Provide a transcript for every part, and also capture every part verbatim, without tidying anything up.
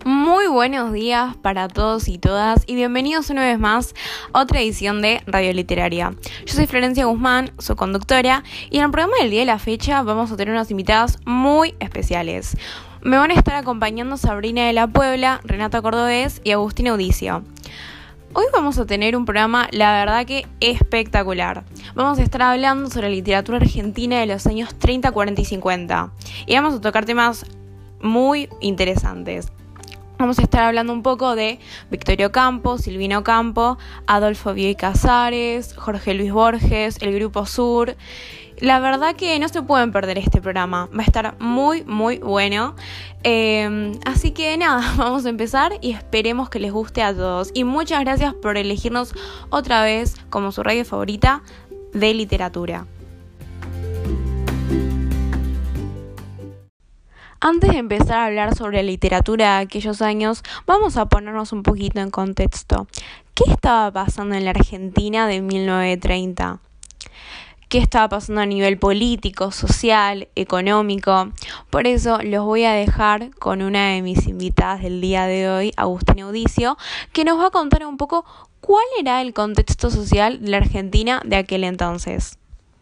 Muy buenos días para todos y todas y bienvenidos una vez más a otra edición de Radio Literaria. Yo soy Florencia Guzmán, su conductora, y en el programa del día de la fecha vamos a tener unas invitadas muy especiales. Me van a estar acompañando Sabrina de la Puebla, Renata Cordobés y Agustina Audicio. Hoy vamos a tener un programa, la verdad que espectacular. Vamos a estar hablando sobre la literatura argentina de los años treinta, cuarenta y cincuenta. Y vamos a tocar temas muy interesantes. Vamos a estar hablando un poco de Victorio Campo, Silvino Campo, Adolfo Bioy Casares, Jorge Luis Borges, el Grupo Sur. La verdad que no se pueden perder este programa, va a estar muy muy bueno. Eh, así que nada, vamos a empezar y esperemos que les guste a todos. Y muchas gracias por elegirnos otra vez como su radio favorita de literatura. Antes de empezar a hablar sobre la literatura de aquellos años, vamos a ponernos un poquito en contexto. ¿Qué estaba pasando en la Argentina de mil novecientos treinta? ¿Qué estaba pasando a nivel político, social, económico? Por eso los voy a dejar con una de mis invitadas del día de hoy, Agustina Audicio, que nos va a contar un poco cuál era el contexto social de la Argentina de aquel entonces.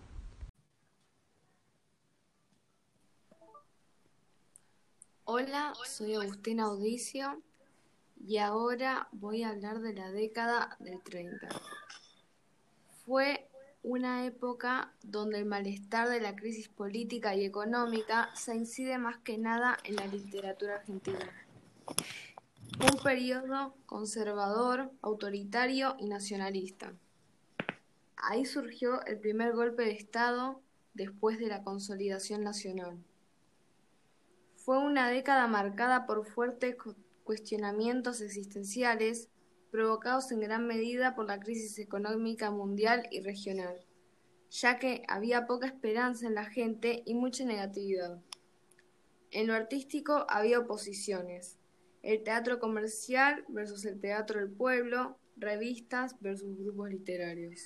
Hola, soy Agustina Audicio y ahora voy a hablar de la década del treinta. Fue una época donde el malestar de la crisis política y económica se incide más que nada en la literatura argentina. Fue un periodo conservador, autoritario y nacionalista. Ahí surgió el primer golpe de Estado después de la consolidación nacional. Fue una década marcada por fuertes cuestionamientos existenciales, provocados en gran medida por la crisis económica mundial y regional, ya que había poca esperanza en la gente y mucha negatividad. En lo artístico había oposiciones: el teatro comercial versus el teatro del pueblo, revistas versus grupos literarios.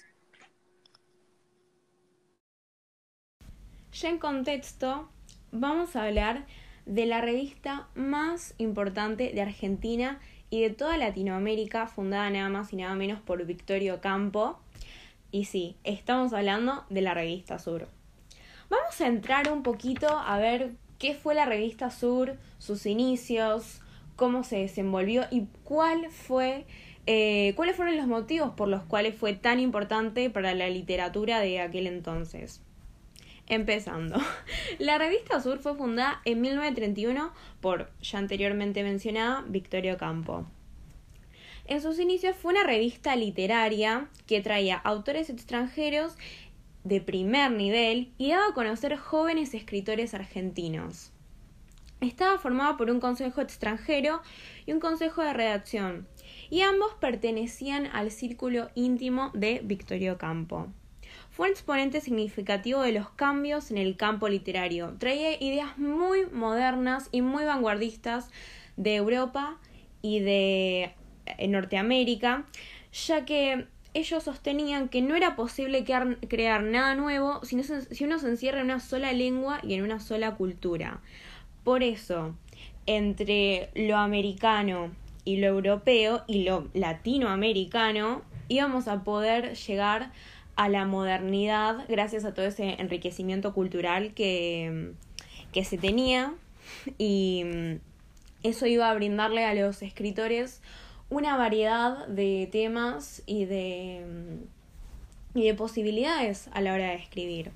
Ya en contexto, vamos a hablar de la revista más importante de Argentina y de toda Latinoamérica, fundada nada más y nada menos por Victorio Campo. Y sí, estamos hablando de la revista Sur. Vamos a entrar un poquito a ver qué fue la revista Sur, sus inicios, cómo se desenvolvió y cuál fue, eh, cuáles fueron los motivos por los cuales fue tan importante para la literatura de aquel entonces. Empezando, la revista Sur fue fundada en mil novecientos treinta y uno por, ya anteriormente mencionada, Victorio Campo. En sus inicios fue una revista literaria que traía autores extranjeros de primer nivel y daba a conocer jóvenes escritores argentinos. Estaba formada por un consejo extranjero y un consejo de redacción, y ambos pertenecían al círculo íntimo de Victorio Campo. Fue un exponente significativo de los cambios en el campo literario. Traía ideas muy modernas y muy vanguardistas de Europa y de Norteamérica, ya que ellos sostenían que no era posible crear nada nuevo si uno se encierra en una sola lengua y en una sola cultura. Por eso, entre lo americano y lo europeo y lo latinoamericano, íbamos a poder llegar a la modernidad gracias a todo ese enriquecimiento cultural que, que se tenía, y eso iba a brindarle a los escritores una variedad de temas y de, y de posibilidades a la hora de escribir.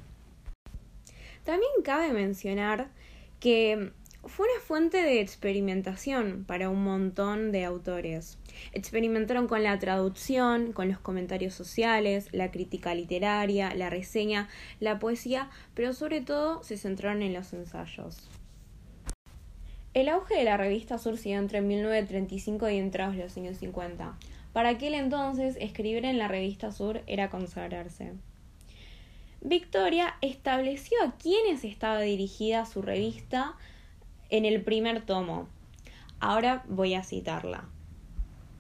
También cabe mencionar que fue una fuente de experimentación para un montón de autores. Experimentaron con la traducción, con los comentarios sociales, la crítica literaria, la reseña, la poesía, pero sobre todo se centraron en los ensayos. El auge de la revista Sur se dio entre mil novecientos treinta y cinco y entrados los años cincuenta. Para aquel entonces, escribir en la revista Sur era consagrarse. Victoria estableció a quiénes estaba dirigida su revista en el primer tomo. Ahora voy a citarla.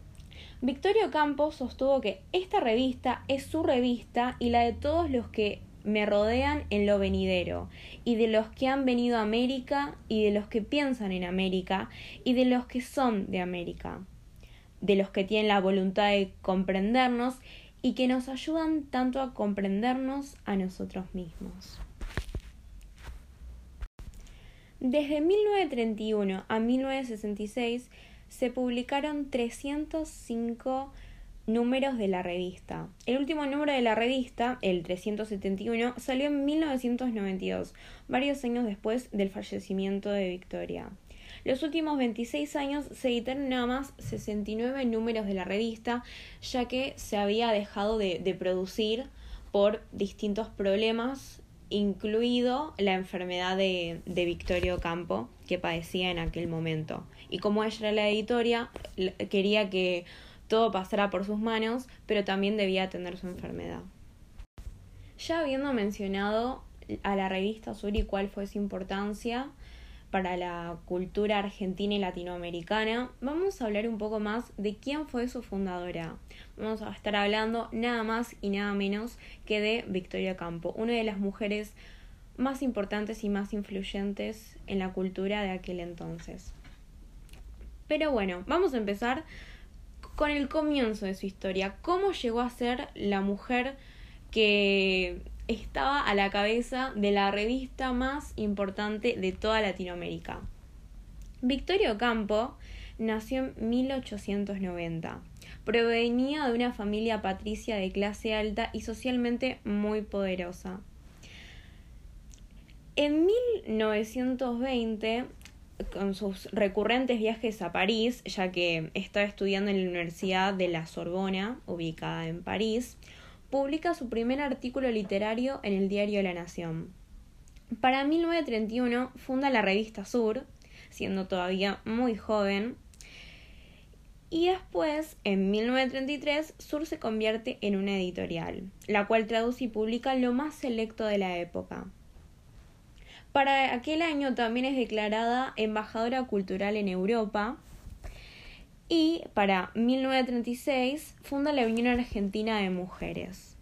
Victorio Campo sostuvo que esta revista es su revista y la de todos los que me rodean en lo venidero, y de los que han venido a América, y de los que piensan en América, y de los que son de América, de los que tienen la voluntad de comprendernos y que nos ayudan tanto a comprendernos a nosotros mismos. Desde mil novecientos treinta y uno a mil novecientos sesenta y seis se publicaron trescientos cinco números de la revista. El último número de la revista, el trescientos setenta y uno, salió en mil novecientos noventa y dos, varios años después del fallecimiento de Victoria. Los últimos veintiséis años se editaron nada más sesenta y nueve números de la revista, ya que se había dejado de, de producir por distintos problemas, incluido la enfermedad de, de Victoria Ocampo, que padecía en aquel momento. Y como ella era la editora, quería que todo pasara por sus manos, pero también debía atender su enfermedad. Ya habiendo mencionado a la revista Sur y cuál fue su importancia para la cultura argentina y latinoamericana, vamos a hablar un poco más de quién fue su fundadora. Vamos a estar hablando nada más y nada menos que de Victoria Ocampo, una de las mujeres más importantes y más influyentes en la cultura de aquel entonces. Pero bueno, vamos a empezar con el comienzo de su historia. ¿Cómo llegó a ser la mujer que estaba a la cabeza de la revista más importante de toda Latinoamérica? Victoria Ocampo nació en mil ochocientos noventa. Provenía de una familia patricia de clase alta y socialmente muy poderosa. En mil novecientos veinte, con sus recurrentes viajes a París, ya que estaba estudiando en la Universidad de la Sorbona, ubicada en París, publica su primer artículo literario en el diario La Nación. Para mil novecientos treinta y uno funda la revista Sur, siendo todavía muy joven, y después, en mil novecientos treinta y tres, Sur se convierte en una editorial, la cual traduce y publica lo más selecto de la época. Para aquel año también es declarada embajadora cultural en Europa, y para mil novecientos treinta y seis funda la Unión Argentina de Mujeres.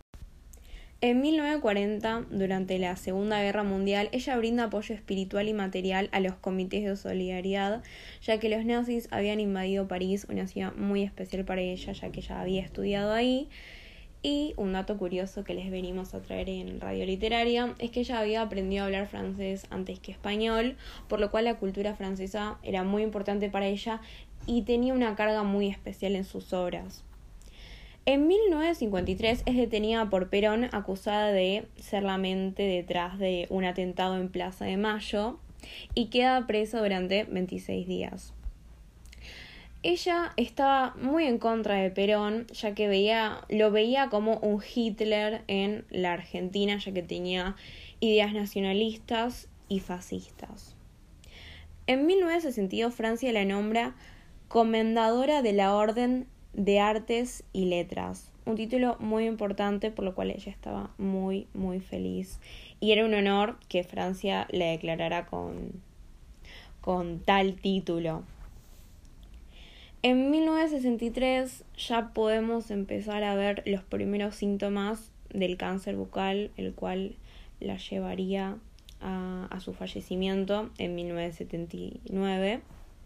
En mil novecientos cuarenta, durante la Segunda Guerra Mundial, ella brinda apoyo espiritual y material a los comités de solidaridad, ya que los nazis habían invadido París, una ciudad muy especial para ella, ya que ella había estudiado ahí. Y un dato curioso que les venimos a traer en Radio Literaria es que ella había aprendido a hablar francés antes que español, por lo cual la cultura francesa era muy importante para ella y tenía una carga muy especial en sus obras. En mil novecientos cincuenta y tres es detenida por Perón, acusada de ser la mente detrás de un atentado en Plaza de Mayo, y queda presa durante veintiséis días. Ella estaba muy en contra de Perón, ya que veía, lo veía como un Hitler en la Argentina, ya que tenía ideas nacionalistas y fascistas. En mil novecientos sesenta y dos Francia la nombra Comendadora de la Orden de Artes y Letras, un título muy importante por lo cual ella estaba muy muy feliz y era un honor que Francia le declarara con, con tal título. En mil novecientos sesenta y tres ya podemos empezar a ver los primeros síntomas del cáncer bucal, el cual la llevaría a, a su fallecimiento en mil novecientos setenta y nueve.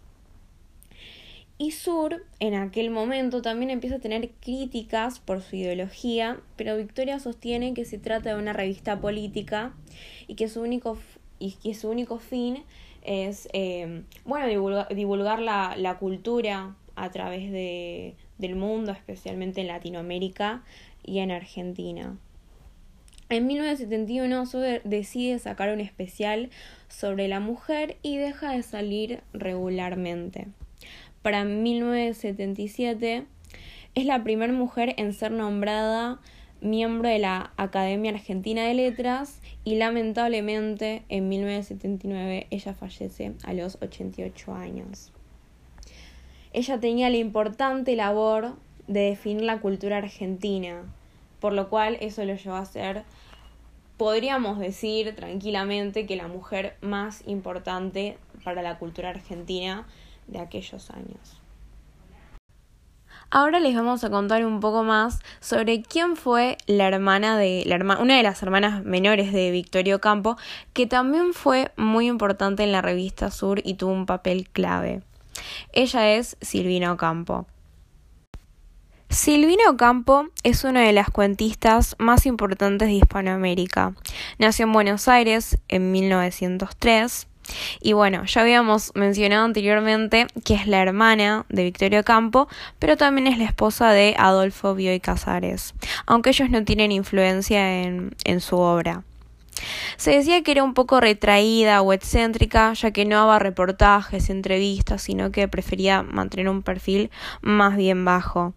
Y Sur, en aquel momento, también empieza a tener críticas por su ideología, pero Victoria sostiene que se trata de una revista política y que su único, y que su único fin es eh, bueno, divulgar, divulgar la, la cultura a través de, del mundo, especialmente en Latinoamérica y en Argentina. En mil novecientos setenta y uno Sur decide sacar un especial sobre la mujer y deja de salir regularmente. Para mil novecientos setenta y siete es la primera mujer en ser nombrada miembro de la Academia Argentina de Letras y lamentablemente en mil novecientos setenta y nueve ella fallece a los ochenta y ocho años. Ella tenía la importante labor de definir la cultura argentina, por lo cual eso lo llevó a ser, podríamos decir tranquilamente, que la mujer más importante para la cultura argentina de aquellos años. Ahora les vamos a contar un poco más sobre quién fue la hermana de la herma, una de las hermanas menores de Victoria Ocampo, que también fue muy importante en la revista Sur y tuvo un papel clave. Ella es Silvina Ocampo. Silvina Ocampo es una de las cuentistas más importantes de Hispanoamérica. Nació en Buenos Aires en mil novecientos tres. Y bueno, ya habíamos mencionado anteriormente que es la hermana de Victoria Ocampo, pero también es la esposa de Adolfo Bioy Casares, aunque ellos no tienen influencia en, en su obra. Se decía que era un poco retraída o excéntrica, ya que no daba reportajes, entrevistas, sino que prefería mantener un perfil más bien bajo.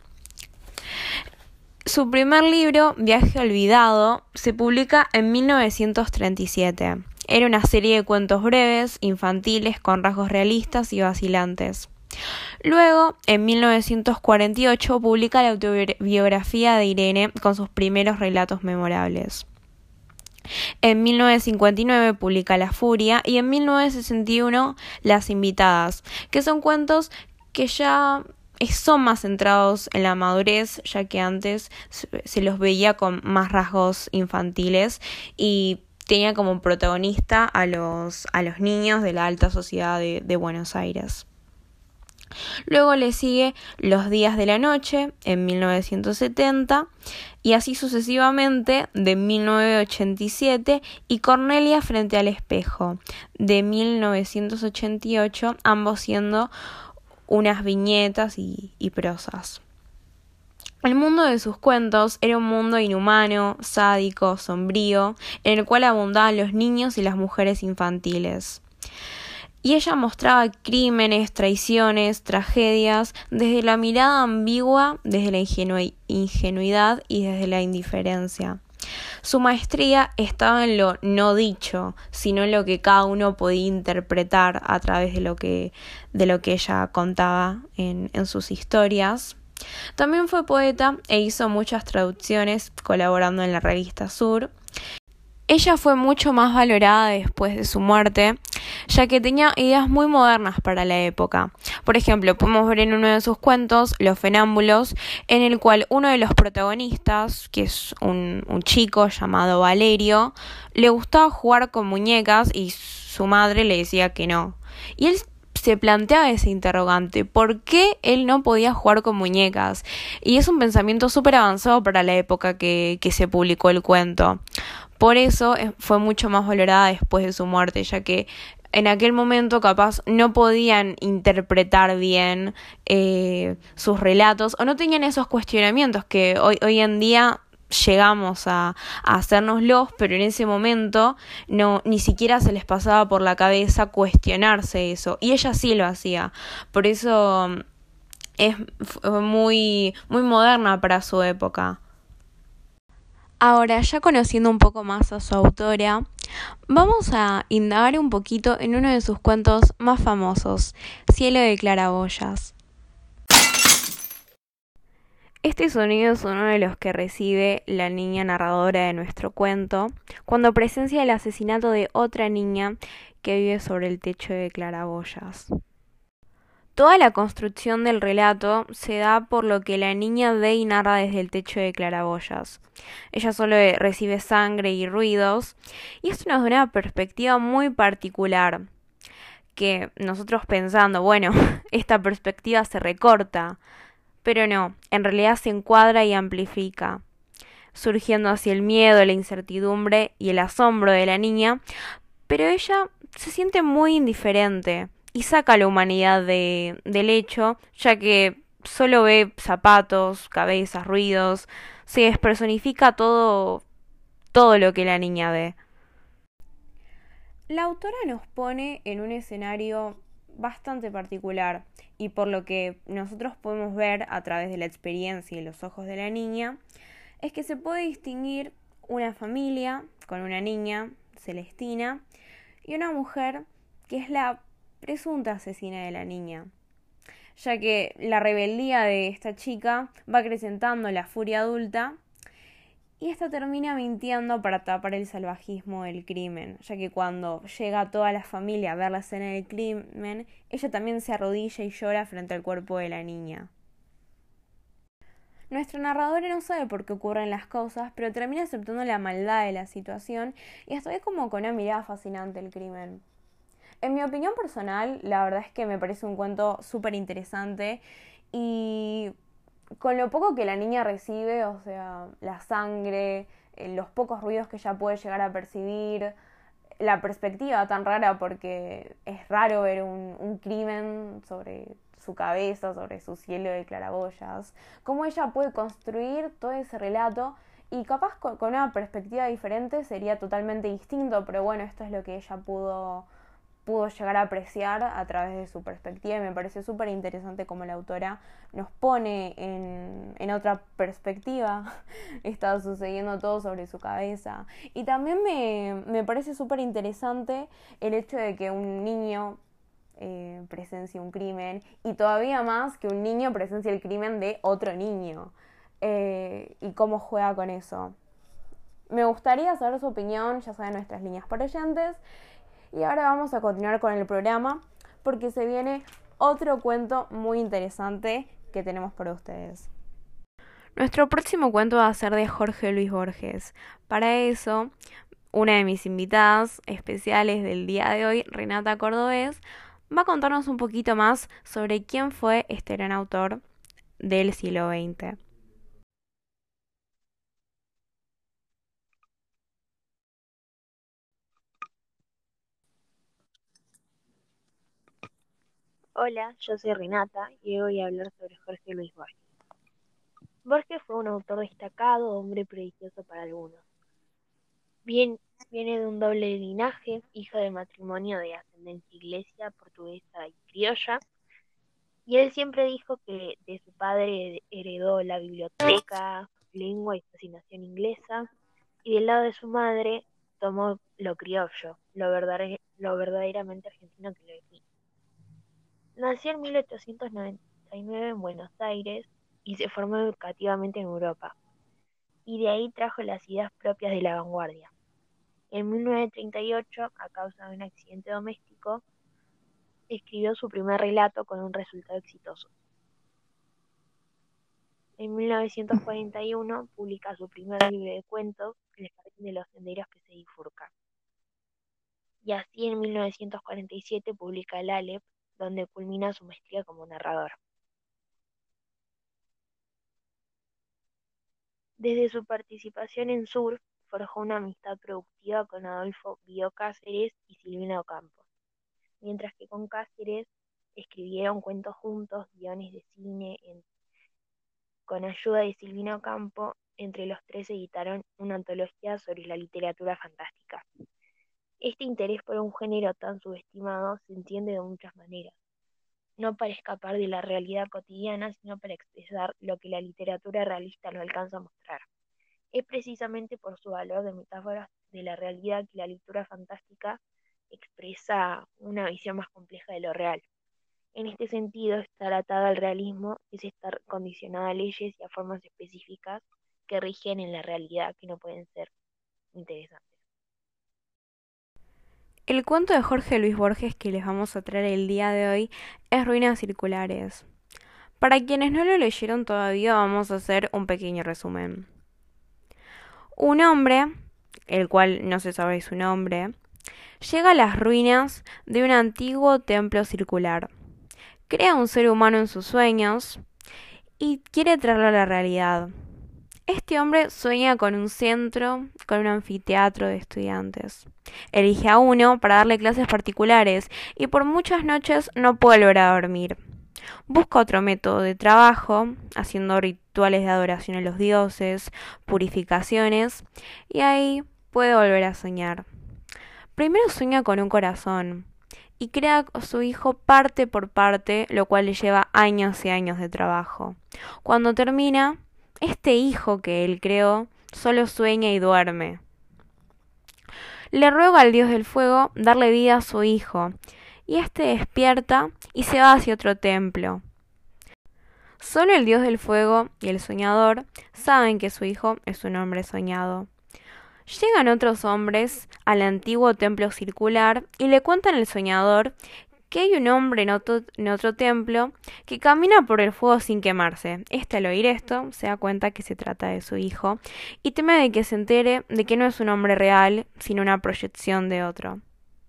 Su primer libro, Viaje olvidado, se publica en mil novecientos treinta y siete. Era una serie de cuentos breves, infantiles, con rasgos realistas y vacilantes. Luego, en mil novecientos cuarenta y ocho, publica la autobiografía de Irene con sus primeros relatos memorables. En mil novecientos cincuenta y nueve publica La Furia y en mil novecientos sesenta y uno Las Invitadas, que son cuentos que ya son más centrados en la madurez, ya que antes se los veía con más rasgos infantiles y tenía como protagonista a los, a los niños de la alta sociedad de, de Buenos Aires. Luego le sigue Los días de la noche en mil novecientos setenta y así sucesivamente de mil novecientos ochenta y siete y Cornelia frente al espejo de mil novecientos ochenta y ocho, ambos siendo unas viñetas y, y prosas. El mundo de sus cuentos era un mundo inhumano, sádico, sombrío, en el cual abundaban los niños y las mujeres infantiles. Y ella mostraba crímenes, traiciones, tragedias, desde la mirada ambigua, desde la ingenu- ingenuidad y desde la indiferencia. Su maestría estaba en lo no dicho, sino en lo que cada uno podía interpretar a través de lo que, de lo que ella contaba en, en sus historias. También fue poeta e hizo muchas traducciones colaborando en la revista Sur. Ella fue mucho más valorada después de su muerte, ya que tenía ideas muy modernas para la época. Por ejemplo, podemos ver en uno de sus cuentos, Los Fenámbulos, en el cual uno de los protagonistas, que es un, un chico llamado Valerio, le gustaba jugar con muñecas y su madre le decía que no. Y él se planteaba ese interrogante, ¿por qué él no podía jugar con muñecas? Y es un pensamiento súper avanzado para la época que, que se publicó el cuento. Por eso fue mucho más valorada después de su muerte, ya que en aquel momento capaz no podían interpretar bien eh, sus relatos o no tenían esos cuestionamientos que hoy, hoy en día llegamos a, a hacérnoslos, pero en ese momento no ni siquiera se les pasaba por la cabeza cuestionarse eso, y ella sí lo hacía. Por eso es muy, muy moderna para su época. Ahora, ya conociendo un poco más a su autora, vamos a indagar un poquito en uno de sus cuentos más famosos, Cielo de claraboyas. Este sonido es uno de los que recibe la niña narradora de nuestro cuento cuando presencia el asesinato de otra niña que vive sobre el techo de claraboyas. Toda la construcción del relato se da por lo que la niña ve y narra desde el techo de claraboyas. Ella solo recibe sangre y ruidos, y esto nos da una perspectiva muy particular, que nosotros pensando, bueno, esta perspectiva se recorta, pero no, en realidad se encuadra y amplifica, surgiendo así el miedo, la incertidumbre y el asombro de la niña, pero ella se siente muy indiferente y saca la humanidad de, del hecho, ya que solo ve zapatos, cabezas, ruidos, se despersonifica todo, todo lo que la niña ve. La autora nos pone en un escenario bastante particular y por lo que nosotros podemos ver a través de la experiencia y los ojos de la niña, es que se puede distinguir una familia con una niña, Celestina, y una mujer que es la presunta asesina de la niña, ya que la rebeldía de esta chica va acrecentando la furia adulta y esta termina mintiendo para tapar el salvajismo del crimen, ya que cuando llega toda la familia a ver la escena del crimen, ella también se arrodilla y llora frente al cuerpo de la niña. Nuestro narrador no sabe por qué ocurren las cosas, pero termina aceptando la maldad de la situación y hasta ve como con una mirada fascinante el crimen. En mi opinión personal, la verdad es que me parece un cuento súper interesante y con lo poco que la niña recibe, o sea, la sangre, eh, los pocos ruidos que ella puede llegar a percibir, la perspectiva tan rara porque es raro ver un, un crimen sobre su cabeza, sobre su cielo de claraboyas, cómo ella puede construir todo ese relato y capaz con, con una perspectiva diferente sería totalmente distinto, pero bueno, esto es lo que ella pudo pudo llegar a apreciar a través de su perspectiva y me parece súper interesante como la autora nos pone en, en otra perspectiva. Está sucediendo todo sobre su cabeza. Y también me, me parece súper interesante el hecho de que un niño eh, presencie un crimen y todavía más que un niño presencie el crimen de otro niño. Eh, y cómo juega con eso. Me gustaría saber su opinión, ya saben, nuestras líneas para oyentes. Y ahora vamos a continuar con el programa porque se viene otro cuento muy interesante que tenemos para ustedes. Nuestro próximo cuento va a ser de Jorge Luis Borges. Para eso, una de mis invitadas especiales del día de hoy, Renata Cordobés, va a contarnos un poquito más sobre quién fue este gran autor del siglo veinte. Hola, yo soy Renata y hoy voy a hablar sobre Jorge Luis Borges. Borges fue un autor destacado, hombre prodigioso para algunos. Bien, viene de un doble linaje, hijo de matrimonio de ascendencia inglesa, portuguesa y criolla, y él siempre dijo que de su padre heredó la biblioteca, lengua y fascinación inglesa, y del lado de su madre tomó lo criollo, lo, verdadera, lo verdaderamente argentino que lo define. Nació en mil ochocientos noventa y nueve en Buenos Aires y se formó educativamente en Europa, y de ahí trajo las ideas propias de la vanguardia. En mil novecientos treinta y ocho, a causa de un accidente doméstico, escribió su primer relato con un resultado exitoso. En mil novecientos cuarenta y uno publica su primer libro de cuentos, El jardín de los senderos que se bifurcan. Y así en mil novecientos cuarenta y siete publica El Alep, donde culmina su maestría como narrador. Desde su participación en Sur, forjó una amistad productiva con Adolfo Bioy Cáceres y Silvina Ocampo, mientras que con Cáceres escribieron cuentos juntos, guiones de cine. En... Con ayuda de Silvina Ocampo, entre los tres editaron una antología sobre la literatura fantástica. Este interés por un género tan subestimado se entiende de muchas maneras, no para escapar de la realidad cotidiana, sino para expresar lo que la literatura realista no alcanza a mostrar. Es precisamente por su valor de metáforas de la realidad que la lectura fantástica expresa una visión más compleja de lo real. En este sentido, estar atada al realismo es estar condicionada a leyes y a formas específicas que rigen en la realidad, que no pueden ser interesantes. El cuento de Jorge Luis Borges que les vamos a traer el día de hoy es Ruinas Circulares. Para quienes no lo leyeron todavía, vamos a hacer un pequeño resumen. Un hombre, el cual no se sabe su nombre, llega a las ruinas de un antiguo templo circular. Crea un ser humano en sus sueños y quiere traerlo a la realidad. Este hombre sueña con un centro, con un anfiteatro de estudiantes. Elige a uno para darle clases particulares y por muchas noches no puede volver a dormir. Busca otro método de trabajo, haciendo rituales de adoración a los dioses, purificaciones, y ahí puede volver a soñar. Primero sueña con un corazón y crea a su hijo parte por parte, lo cual le lleva años y años de trabajo. Cuando termina, este hijo que él creó solo sueña y duerme. Le ruega al dios del fuego darle vida a su hijo, y éste despierta y se va hacia otro templo. Solo el dios del fuego y el soñador saben que su hijo es un hombre soñado. Llegan otros hombres al antiguo templo circular y le cuentan al soñador que hay un hombre en otro, en otro templo que camina por el fuego sin quemarse. Este, al oír esto, se da cuenta que se trata de su hijo y teme de que se entere de que no es un hombre real, sino una proyección de otro.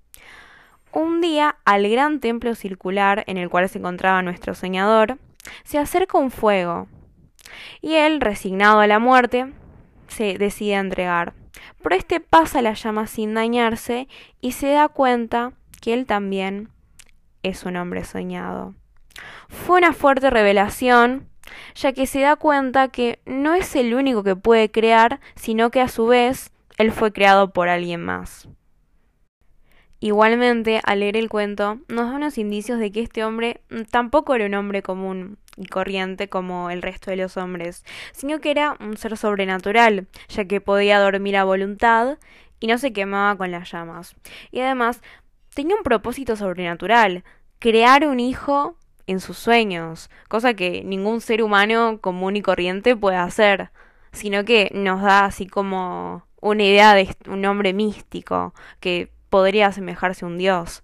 Un día, al gran templo circular en el cual se encontraba nuestro soñador, se acerca un fuego, y él, resignado a la muerte, se decide a entregar. Pero este pasa la llama sin dañarse y se da cuenta que él también es un hombre soñado. Fue una fuerte revelación, ya que se da cuenta que no es el único que puede crear, sino que a su vez él fue creado por alguien más. Igualmente, al leer el cuento, nos da unos indicios de que este hombre tampoco era un hombre común y corriente como el resto de los hombres, sino que era un ser sobrenatural, ya que podía dormir a voluntad y no se quemaba con las llamas. Y además, tenía un propósito sobrenatural, crear un hijo en sus sueños, cosa que ningún ser humano común y corriente puede hacer, sino que nos da así como una idea de un hombre místico que podría asemejarse a un dios.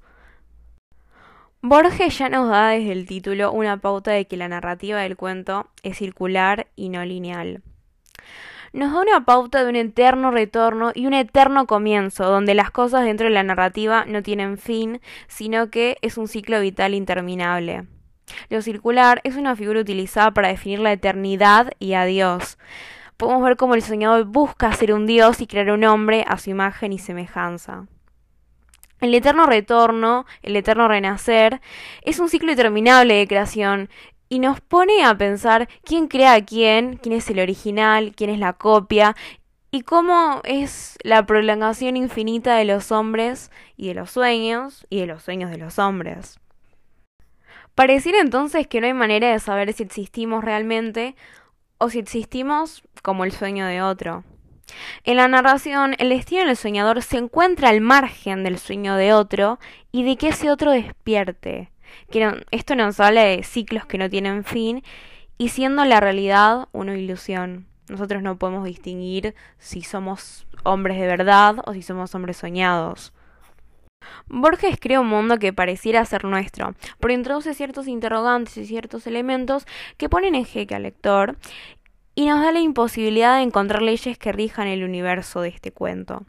Borges ya nos da desde el título una pauta de que la narrativa del cuento es circular y no lineal. Nos da una pauta de un eterno retorno y un eterno comienzo, donde las cosas dentro de la narrativa no tienen fin, sino que es un ciclo vital interminable. Lo circular es una figura utilizada para definir la eternidad y a Dios. Podemos ver cómo el soñador busca ser un dios y crear un hombre a su imagen y semejanza. El eterno retorno, el eterno renacer, es un ciclo interminable de creación y nos pone a pensar quién crea a quién, quién es el original, quién es la copia y cómo es la prolongación infinita de los hombres y de los sueños y de los sueños de los hombres. Pareciera entonces que no hay manera de saber si existimos realmente o si existimos como el sueño de otro. En la narración, el destino del soñador se encuentra al margen del sueño de otro y de que ese otro despierte. Que no, esto nos habla de ciclos que no tienen fin y siendo la realidad una ilusión. Nosotros no podemos distinguir si somos hombres de verdad o si somos hombres soñados. Borges crea un mundo que pareciera ser nuestro, pero introduce ciertos interrogantes y ciertos elementos que ponen en jaque al lector y nos da la imposibilidad de encontrar leyes que rijan el universo de este cuento.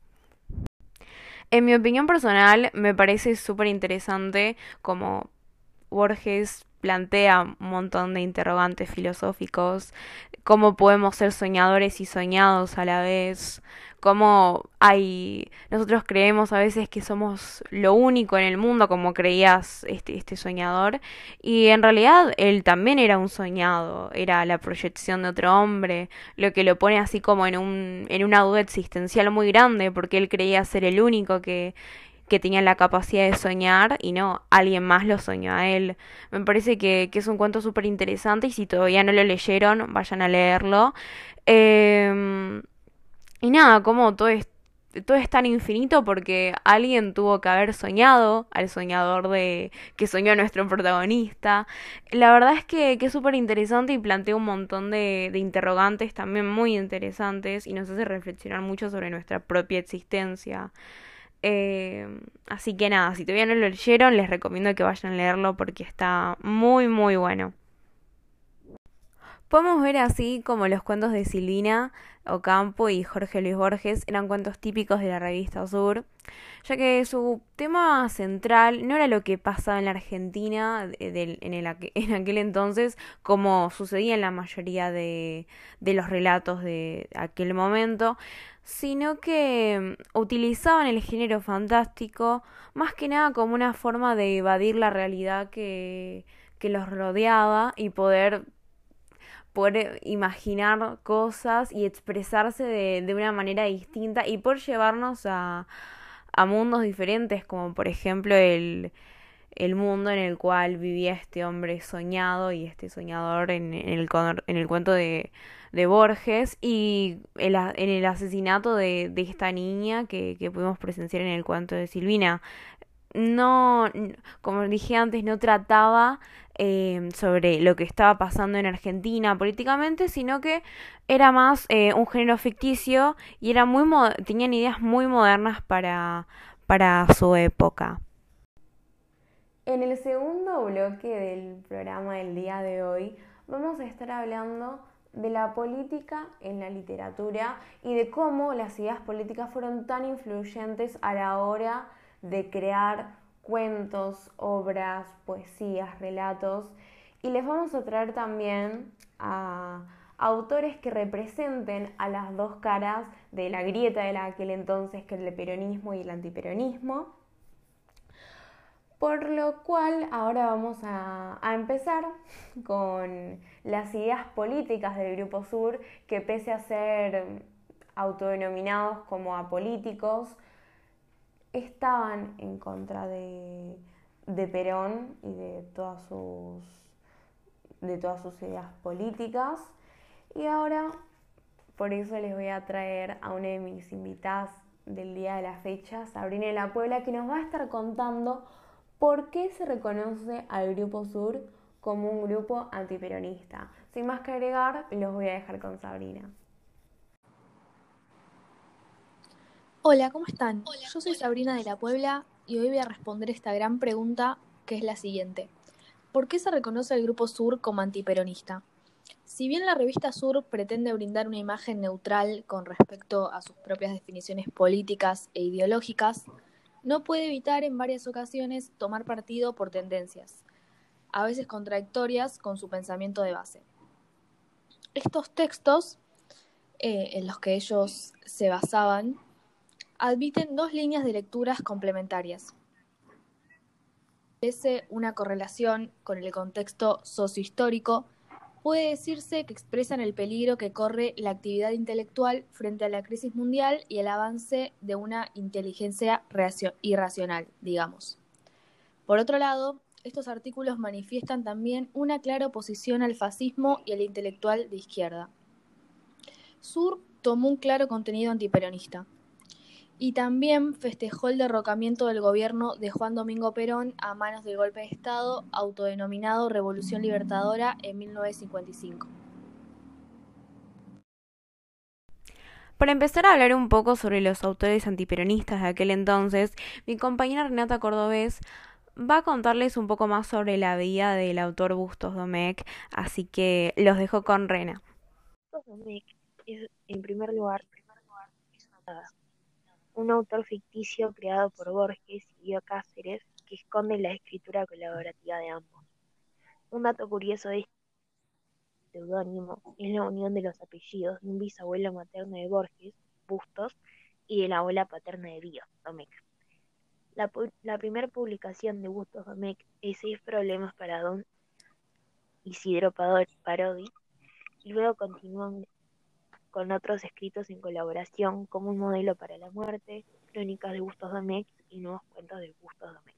En mi opinión personal, me parece súper interesante como Borges plantea un montón de interrogantes filosóficos, cómo podemos ser soñadores y soñados a la vez, cómo hay nosotros creemos a veces que somos lo único en el mundo, como creías este, este soñador, y en realidad él también era un soñado, era la proyección de otro hombre, lo que lo pone así como en un en una duda existencial muy grande, porque él creía ser el único que que tenía la capacidad de soñar y no, alguien más lo soñó a él. Me parece que, que es un cuento súper interesante y si todavía no lo leyeron, vayan a leerlo. Eh, y nada, como todo es, todo es tan infinito porque alguien tuvo que haber soñado al soñador de que soñó a nuestro protagonista. La verdad es que, que es súper interesante y plantea un montón de, de interrogantes también muy interesantes y nos hace reflexionar mucho sobre nuestra propia existencia. Eh, así que nada, si todavía no lo leyeron, les recomiendo que vayan a leerlo porque está muy muy bueno. Podemos ver así como los cuentos de Silvina Ocampo y Jorge Luis Borges eran cuentos típicos de la revista Sur, ya que su tema central no era lo que pasaba en la Argentina de, de, en, el, en aquel entonces, como sucedía en la mayoría de, de los relatos de aquel momento, sino que utilizaban el género fantástico más que nada como una forma de evadir la realidad que, que los rodeaba y poder, poder imaginar cosas y expresarse de, de una manera distinta y poder llevarnos a, a mundos diferentes, como por ejemplo el, el mundo en el cual vivía este hombre soñado y este soñador en, en, el, en el cuento de de Borges y el, en el asesinato de, de esta niña que, que pudimos presenciar en el cuento de Silvina. No, como dije antes, no trataba eh, sobre lo que estaba pasando en Argentina políticamente, sino que era más eh, un género ficticio y era muy tenían ideas muy modernas para, para su época. En el segundo bloque del programa del día de hoy vamos a estar hablando de la política en la literatura y de cómo las ideas políticas fueron tan influyentes a la hora de crear cuentos, obras, poesías, relatos. Y les vamos a traer también a autores que representen a las dos caras de la grieta de aquel entonces, que es el peronismo y el antiperonismo. Por lo cual ahora vamos a, a empezar con las ideas políticas del Grupo Sur, que pese a ser autodenominados como apolíticos, estaban en contra de, de Perón y de todas sus, de todas sus ideas políticas. Y ahora, por eso les voy a traer a una de mis invitadas del día de la fecha, Sabrina de la Puebla, que nos va a estar contando por qué se reconoce al Grupo Sur como un grupo antiperonista. Sin más que agregar, los voy a dejar con Sabrina. Hola, ¿cómo están? Yo soy Sabrina de la Puebla y hoy voy a responder esta gran pregunta, que es la siguiente. ¿Por qué se reconoce al Grupo Sur como antiperonista? Si bien la revista Sur pretende brindar una imagen neutral con respecto a sus propias definiciones políticas e ideológicas, no puede evitar en varias ocasiones tomar partido por tendencias, a veces contradictorias con su pensamiento de base. Estos textos, eh, en los que ellos se basaban, admiten dos líneas de lecturas complementarias. Establece una correlación con el contexto sociohistórico. Puede decirse que expresan el peligro que corre la actividad intelectual frente a la crisis mundial y el avance de una inteligencia irracional, digamos. Por otro lado, estos artículos manifiestan también una clara oposición al fascismo y al intelectual de izquierda. Sur tomó un claro contenido antiperonista y también festejó el derrocamiento del gobierno de Juan Domingo Perón a manos del golpe de Estado autodenominado Revolución Libertadora en mil novecientos cincuenta y cinco. Para empezar a hablar un poco sobre los autores antiperonistas de aquel entonces, mi compañera Renata Cordobés va a contarles un poco más sobre la vida del autor Bustos Domecq, así que los dejo con Rena. Bustos Domecq es, en primer lugar, es una un autor ficticio creado por Borges y Bioy Cáceres que esconde la escritura colaborativa de ambos. Un dato curioso de este seudónimo es la unión de los apellidos de un bisabuelo materno de Borges, Bustos, y de la abuela paterna de Bioy, Domecq. La, la primera publicación de Bustos Domecq es Seis problemas para don Isidro Parodi, y luego continúan con otros escritos en colaboración como Un modelo para la muerte, Crónicas de Bustos Domecq y Nuevos cuentos de Bustos Domecq.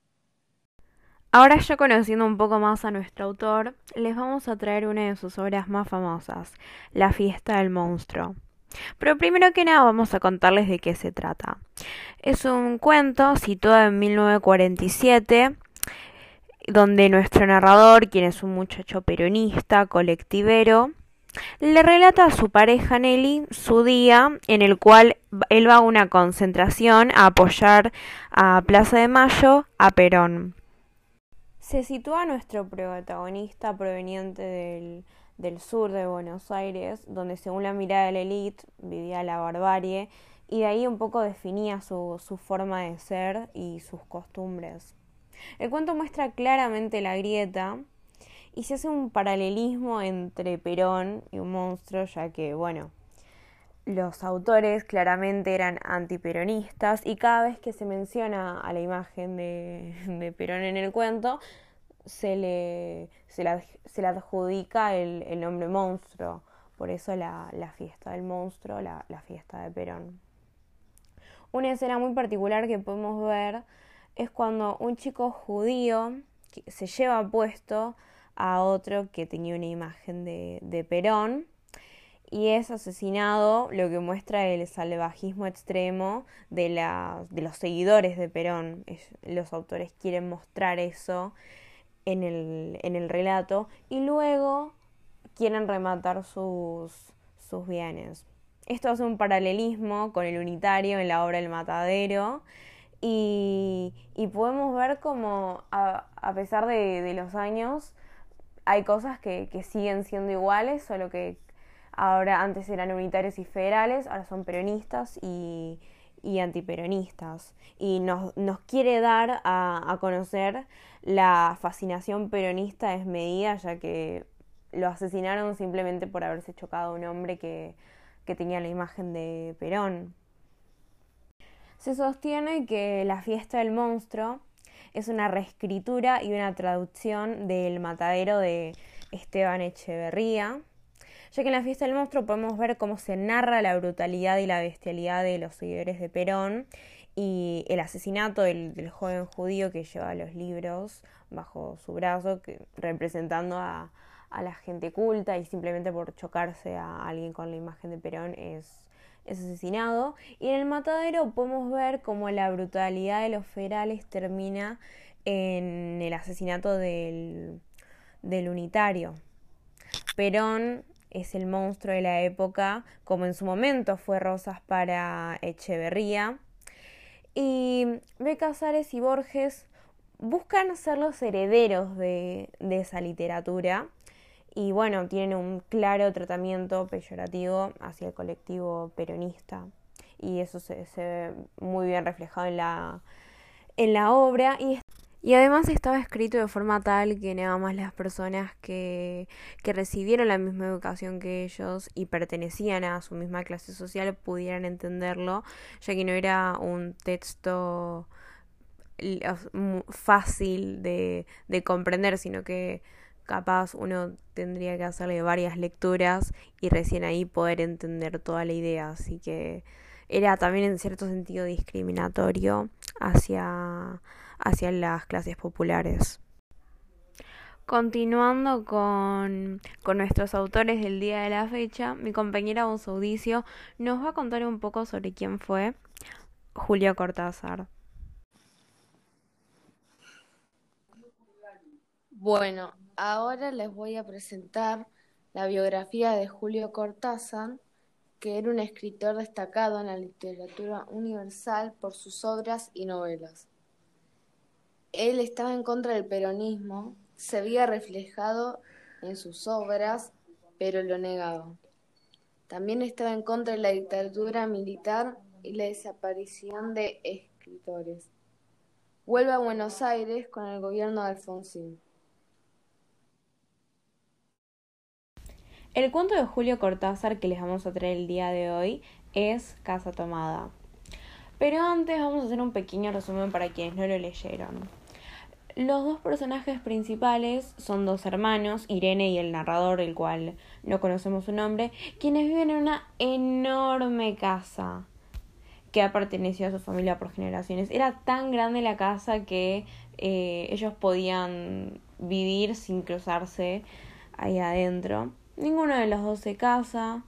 Ahora ya conociendo un poco más a nuestro autor, les vamos a traer una de sus obras más famosas, La fiesta del monstruo. Pero primero que nada vamos a contarles de qué se trata. Es un cuento situado en mil novecientos cuarenta y siete, donde nuestro narrador, quien es un muchacho peronista, colectivero, le relata a su pareja Nelly su día en el cual él va a una concentración a apoyar a Plaza de Mayo a Perón. Se sitúa nuestro protagonista proveniente del, del sur de Buenos Aires, donde según la mirada de la élite vivía la barbarie y de ahí un poco definía su, su forma de ser y sus costumbres. El cuento muestra claramente la grieta y se hace un paralelismo entre Perón y un monstruo, ya que, bueno, los autores claramente eran antiperonistas y cada vez que se menciona a la imagen de, de Perón en el cuento, se le, se le, se le adjudica el, el nombre monstruo. Por eso la, la fiesta del monstruo, la, la fiesta de Perón. Una escena muy particular que podemos ver es cuando un chico judío se lleva puesto a otro que tenía una imagen de, de Perón y es asesinado, lo que muestra el salvajismo extremo de, la, de los seguidores de Perón. Los autores quieren mostrar eso en el, en el relato y luego quieren rematar sus, sus bienes. Esto hace un paralelismo con el unitario en la obra El Matadero y, y podemos ver como a, a pesar de, de los años hay cosas que, que siguen siendo iguales, solo que ahora antes eran unitarios y federales, ahora son peronistas y, y antiperonistas. Y nos, nos quiere dar a, a conocer la fascinación peronista desmedida, ya que lo asesinaron simplemente por haberse chocado a un hombre que, que tenía la imagen de Perón. Se sostiene que La fiesta del monstruo es una reescritura y una traducción del Matadero de Esteban Echeverría, ya que en La fiesta del monstruo podemos ver cómo se narra la brutalidad y la bestialidad de los seguidores de Perón y el asesinato del, del joven judío que lleva los libros bajo su brazo, que, representando a, a la gente culta, y simplemente por chocarse a alguien con la imagen de Perón es, es asesinado. Y en el Matadero podemos ver cómo la brutalidad de los federales termina en el asesinato del, del unitario. Perón es el monstruo de la época, como en su momento fue Rosas para Echeverría. Y B. Casares y Borges buscan ser los herederos de, de esa literatura. Y bueno, tienen un claro tratamiento peyorativo hacia el colectivo peronista. Y eso se, se ve muy bien reflejado en la, en la obra. Y, y además estaba escrito de forma tal que nada más las personas que, que recibieron la misma educación que ellos y pertenecían a su misma clase social pudieran entenderlo, ya que no era un texto fácil de, de comprender, sino que capaz uno tendría que hacerle varias lecturas y recién ahí poder entender toda la idea. Así que era también en cierto sentido discriminatorio hacia, hacia las clases populares. Continuando con, con nuestros autores del día de la fecha, mi compañera Bonzaudicio nos va a contar un poco sobre quién fue Julio Cortázar. Bueno, ahora les voy a presentar la biografía de Julio Cortázar, que era un escritor destacado en la literatura universal por sus obras y novelas. Él estaba en contra del peronismo, se veía reflejado en sus obras, pero lo negaba. También estaba en contra de la dictadura militar y la desaparición de escritores. Vuelve a Buenos Aires con el gobierno de Alfonsín. El cuento de Julio Cortázar que les vamos a traer el día de hoy es Casa Tomada. Pero antes vamos a hacer un pequeño resumen para quienes no lo leyeron. Los dos personajes principales son dos hermanos, Irene y el narrador, el cual no conocemos su nombre, quienes viven en una enorme casa que ha pertenecido a su familia por generaciones. Era tan grande la casa que eh, ellos podían vivir sin cruzarse ahí adentro. Ninguno de los dos se casa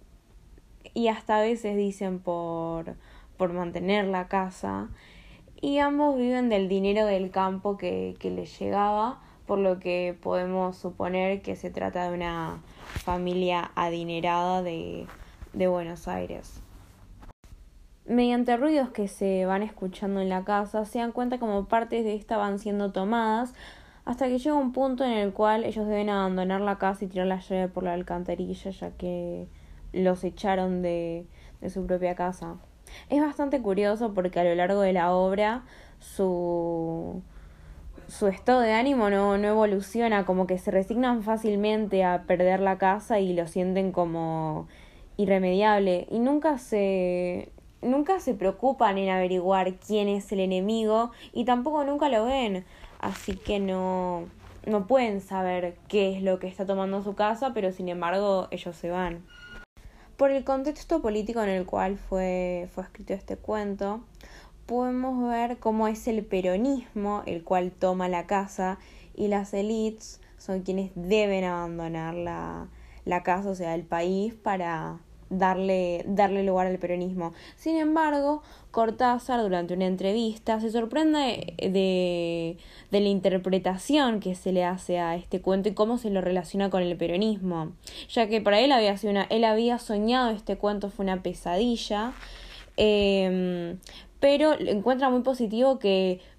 y hasta a veces dicen por, por mantener la casa. Y ambos viven del dinero del campo que, que les llegaba, por lo que podemos suponer que se trata de una familia adinerada de, de Buenos Aires. Mediante ruidos que se van escuchando en la casa, se dan cuenta como partes de esta van siendo tomadas, hasta que llega un punto en el cual ellos deben abandonar la casa y tirar la llave por la alcantarilla, ya que los echaron de, de su propia casa. Es bastante curioso porque a lo largo de la obra su, su estado de ánimo no, no evoluciona, como que se resignan fácilmente a perder la casa y lo sienten como irremediable. Y nunca se, nunca se preocupan en averiguar quién es el enemigo y tampoco nunca lo ven. Así que no, no pueden saber qué es lo que está tomando su casa, pero sin embargo ellos se van. Por el contexto político en el cual fue, fue escrito este cuento, podemos ver cómo es el peronismo el cual toma la casa y las élites son quienes deben abandonar la, la casa, o sea, el país, para darle, darle lugar al peronismo. Sin embargo, Cortázar durante una entrevista se sorprende de, de la interpretación que se le hace a este cuento y cómo se lo relaciona con el peronismo, ya que para él había sido una, él había soñado este cuento, fue una pesadilla, eh, pero encuentra muy positivo que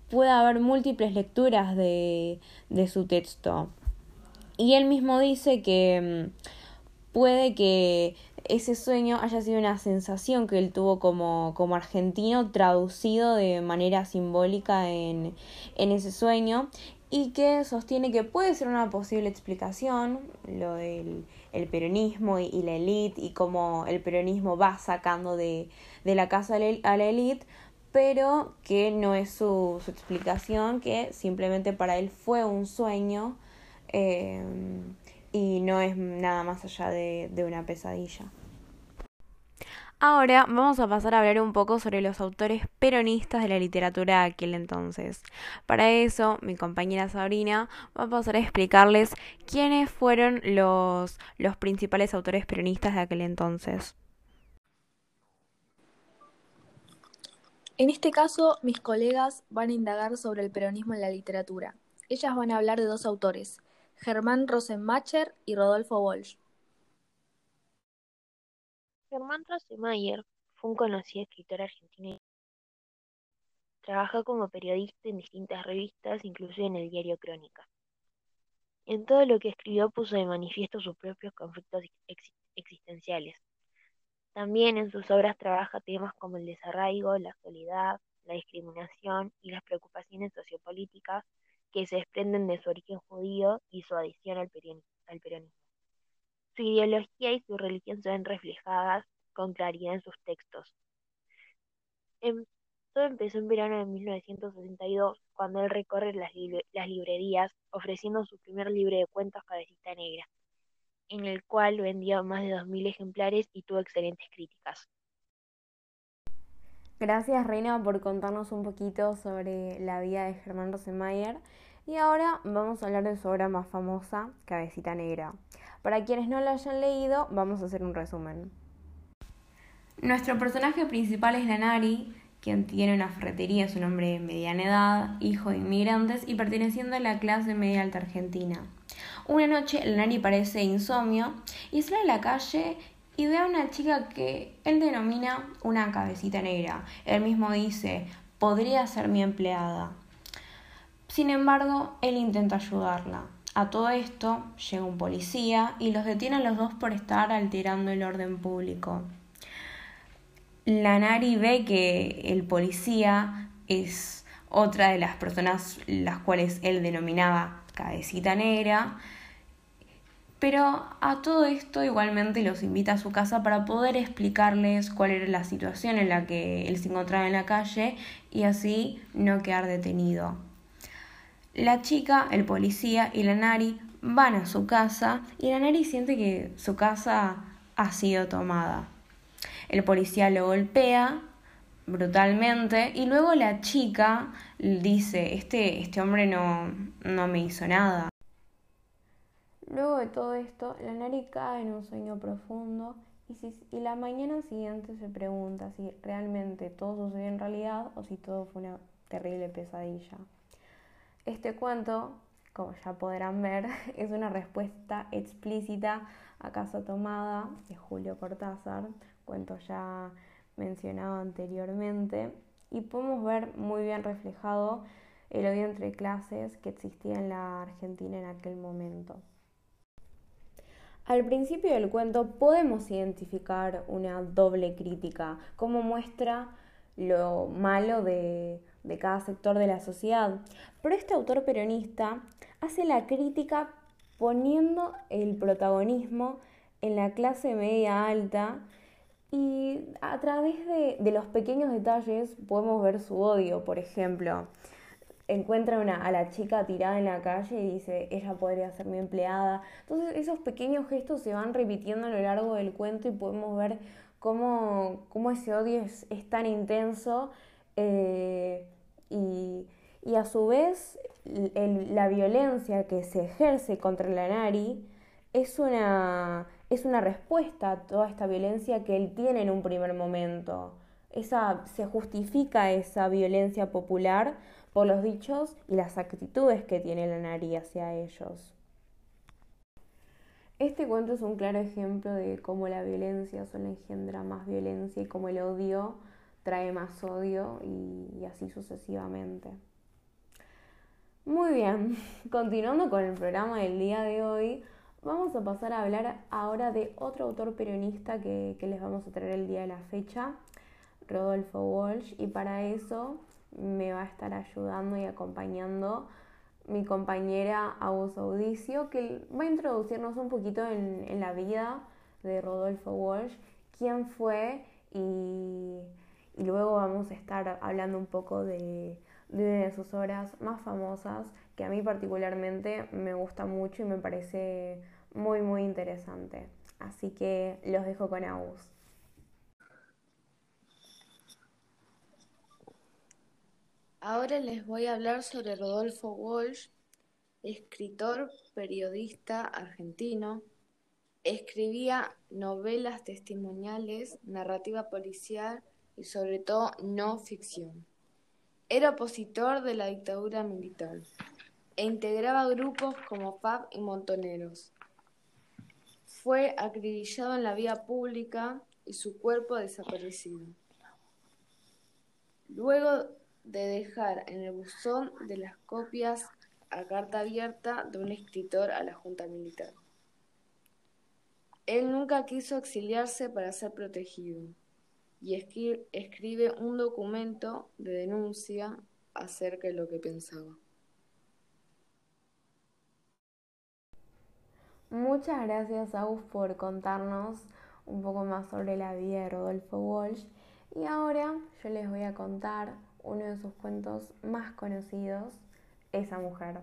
puede haber múltiples lecturas de, de su texto. Y él mismo dice que mm, puede que ese sueño haya sido una sensación que él tuvo como, como argentino, traducido de manera simbólica en, en ese sueño, y que sostiene que puede ser una posible explicación lo del el peronismo y, y la élite, y cómo el peronismo va sacando de, de la casa a la élite, pero que no es su, su explicación, que simplemente para él fue un sueño eh, y no es nada más allá de, de una pesadilla. Ahora vamos a pasar a hablar un poco sobre los autores peronistas de la literatura de aquel entonces. Para eso, mi compañera Sabrina va a pasar a explicarles quiénes fueron los, los principales autores peronistas de aquel entonces. En este caso, mis colegas van a indagar sobre el peronismo en la literatura. Ellas van a hablar de dos autores, Germán Rosenmacher y Rodolfo Walsh. Germán Rosemeyer fue un conocido escritor argentino. Trabaja como periodista en distintas revistas, inclusive en el diario Crónica. En todo lo que escribió puso de manifiesto sus propios conflictos ex- existenciales. También en sus obras trabaja temas como el desarraigo, la soledad, la discriminación y las preocupaciones sociopolíticas que se desprenden de su origen judío y su adhesión al peron- al peronismo. Su ideología y su religión se ven reflejadas con claridad en sus textos. Em- todo empezó en verano de mil novecientos sesenta y dos, cuando él recorre las, libre- las librerías ofreciendo su primer libro de cuentos Cabecita Negra, en el cual vendió más de dos mil ejemplares y tuvo excelentes críticas. Gracias, Reina, por contarnos un poquito sobre la vida de Germán Rosemeyer. Y ahora vamos a hablar de su obra más famosa, Cabecita Negra. Para quienes no la hayan leído, vamos a hacer un resumen. Nuestro personaje principal es Lanari, quien tiene una ferretería, es un hombre de mediana edad, hijo de inmigrantes y perteneciendo a la clase media alta argentina. Una noche Lanari padece insomnio y sale a la calle y ve a una chica que él denomina una cabecita negra. Él mismo dice, podría ser mi empleada. Sin embargo, él intenta ayudarla. A todo esto llega un policía y los detiene a los dos por estar alterando el orden público. Lanari ve que el policía es otra de las personas las cuales él denominaba cabecita negra, pero a todo esto igualmente los invita a su casa para poder explicarles cuál era la situación en la que él se encontraba en la calle y así no quedar detenido. La chica, el policía y Lanari van a su casa y Lanari siente que su casa ha sido tomada. El policía lo golpea brutalmente y luego la chica dice, este, este hombre no, no me hizo nada. Luego de todo esto, Lanari cae en un sueño profundo y, si, y la mañana siguiente se pregunta si realmente todo sucedió en realidad o si todo fue una terrible pesadilla. Este cuento, como ya podrán ver, es una respuesta explícita a Casa Tomada de Julio Cortázar, cuento ya mencionado anteriormente, y podemos ver muy bien reflejado el odio entre clases que existía en la Argentina en aquel momento. Al principio del cuento podemos identificar una doble crítica, como muestra lo malo de, de cada sector de la sociedad. Pero este autor peronista hace la crítica poniendo el protagonismo en la clase media alta y a través de, de los pequeños detalles podemos ver su odio. Por ejemplo, encuentra una, a la chica tirada en la calle y dice, ella podría ser mi empleada. Entonces esos pequeños gestos se van repitiendo a lo largo del cuento y podemos ver cómo, cómo ese odio es, es tan intenso eh, y, y a su vez el, la violencia que se ejerce contra Lanari es una, es una respuesta a toda esta violencia que él tiene en un primer momento. Esa, se justifica esa violencia popular por los dichos y las actitudes que tiene Lanari hacia ellos. Este cuento es un claro ejemplo de cómo la violencia solo engendra más violencia y cómo el odio trae más odio y, y así sucesivamente. Muy bien, continuando con el programa del día de hoy, vamos a pasar a hablar ahora de otro autor peronista que, que les vamos a traer el día de la fecha, Rodolfo Walsh, y para eso me va a estar ayudando y acompañando mi compañera Agus Audicio, que va a introducirnos un poquito en, en la vida de Rodolfo Walsh, quién fue, y, y luego vamos a estar hablando un poco de, de una de sus obras más famosas, que a mí particularmente me gusta mucho y me parece muy muy interesante. Así que los dejo con Agus. Ahora les voy a hablar sobre Rodolfo Walsh, escritor, periodista argentino. Escribía novelas testimoniales, narrativa policial y sobre todo no ficción. Era opositor de la dictadura militar e integraba grupos como F A B y Montoneros. Fue acribillado en la vía pública y su cuerpo desaparecido. Luego de dejar en el buzón de las copias a carta abierta de un escritor a la Junta Militar. Él nunca quiso exiliarse para ser protegido y escri- escribe un documento de denuncia acerca de lo que pensaba. Muchas gracias, Agus, por contarnos un poco más sobre la vida de Rodolfo Walsh. Y ahora yo les voy a contar uno de sus cuentos más conocidos, Esa mujer.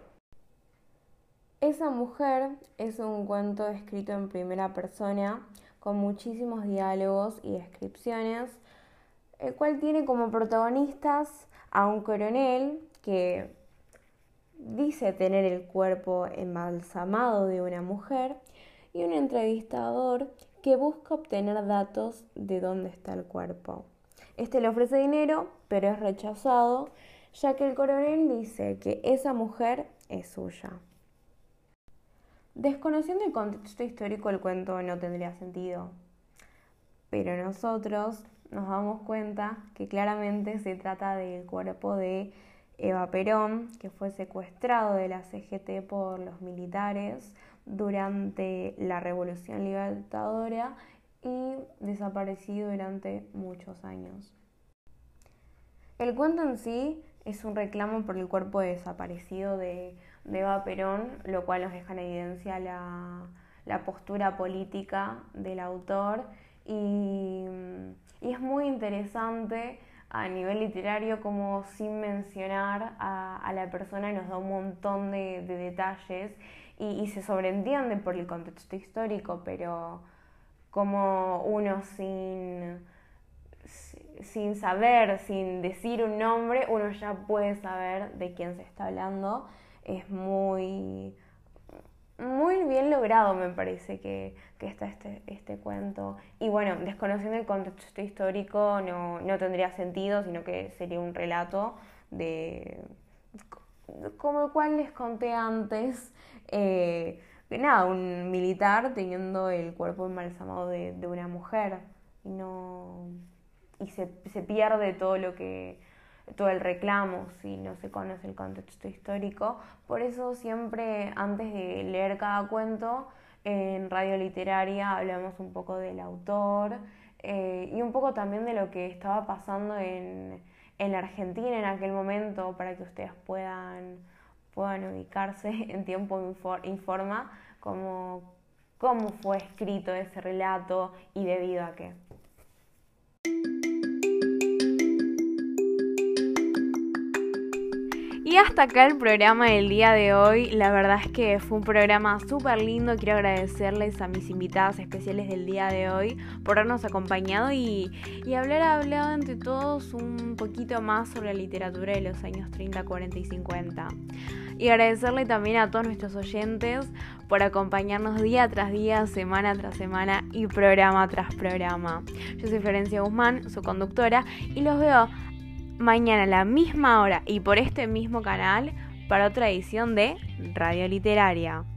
Esa mujer es un cuento escrito en primera persona, con muchísimos diálogos y descripciones, el cual tiene como protagonistas a un coronel que dice tener el cuerpo embalsamado de una mujer y un entrevistador que busca obtener datos de dónde está el cuerpo. Este le ofrece dinero, pero es rechazado, ya que el coronel dice que esa mujer es suya. Desconociendo el contexto histórico, el cuento no tendría sentido, pero nosotros nos damos cuenta que claramente se trata del cuerpo de Eva Perón, que fue secuestrado de la C G T por los militares durante la Revolución Libertadora y desaparecido durante muchos años. El cuento en sí es un reclamo por el cuerpo desaparecido de, de Eva Perón, lo cual nos deja en evidencia la, la postura política del autor y, y es muy interesante a nivel literario como sin mencionar a, a la persona nos da un montón de, de detalles y, y se sobreentiende por el contexto histórico, pero como uno sin... sin saber, sin decir un nombre, uno ya puede saber de quién se está hablando. Es muy, muy bien logrado, me parece, que, que está este, este cuento. Y bueno, desconociendo el contexto histórico no, no tendría sentido, sino que sería un relato de, como el cual les conté antes, eh, nada, un militar teniendo el cuerpo embalsamado de, de una mujer. Y no... y se, se pierde todo lo que todo el reclamo si no se conoce el contexto histórico. Por eso siempre antes de leer cada cuento en Radio Literaria hablamos un poco del autor eh, y un poco también de lo que estaba pasando en, en la Argentina en aquel momento, para que ustedes puedan, puedan ubicarse en tiempo y forma cómo, cómo fue escrito ese relato y debido a qué. Y hasta acá el programa del día de hoy. La verdad es que fue un programa súper lindo. Quiero agradecerles a mis invitadas especiales del día de hoy por habernos acompañado y, y haber hablado entre todos un poquito más sobre la literatura de los años treinta, cuarenta y cincuenta. Y agradecerle también a todos nuestros oyentes por acompañarnos día tras día, semana tras semana y programa tras programa. Yo soy Florencia Guzmán, su conductora, y los veo mañana a la misma hora y por este mismo canal para otra edición de Radio Literaria.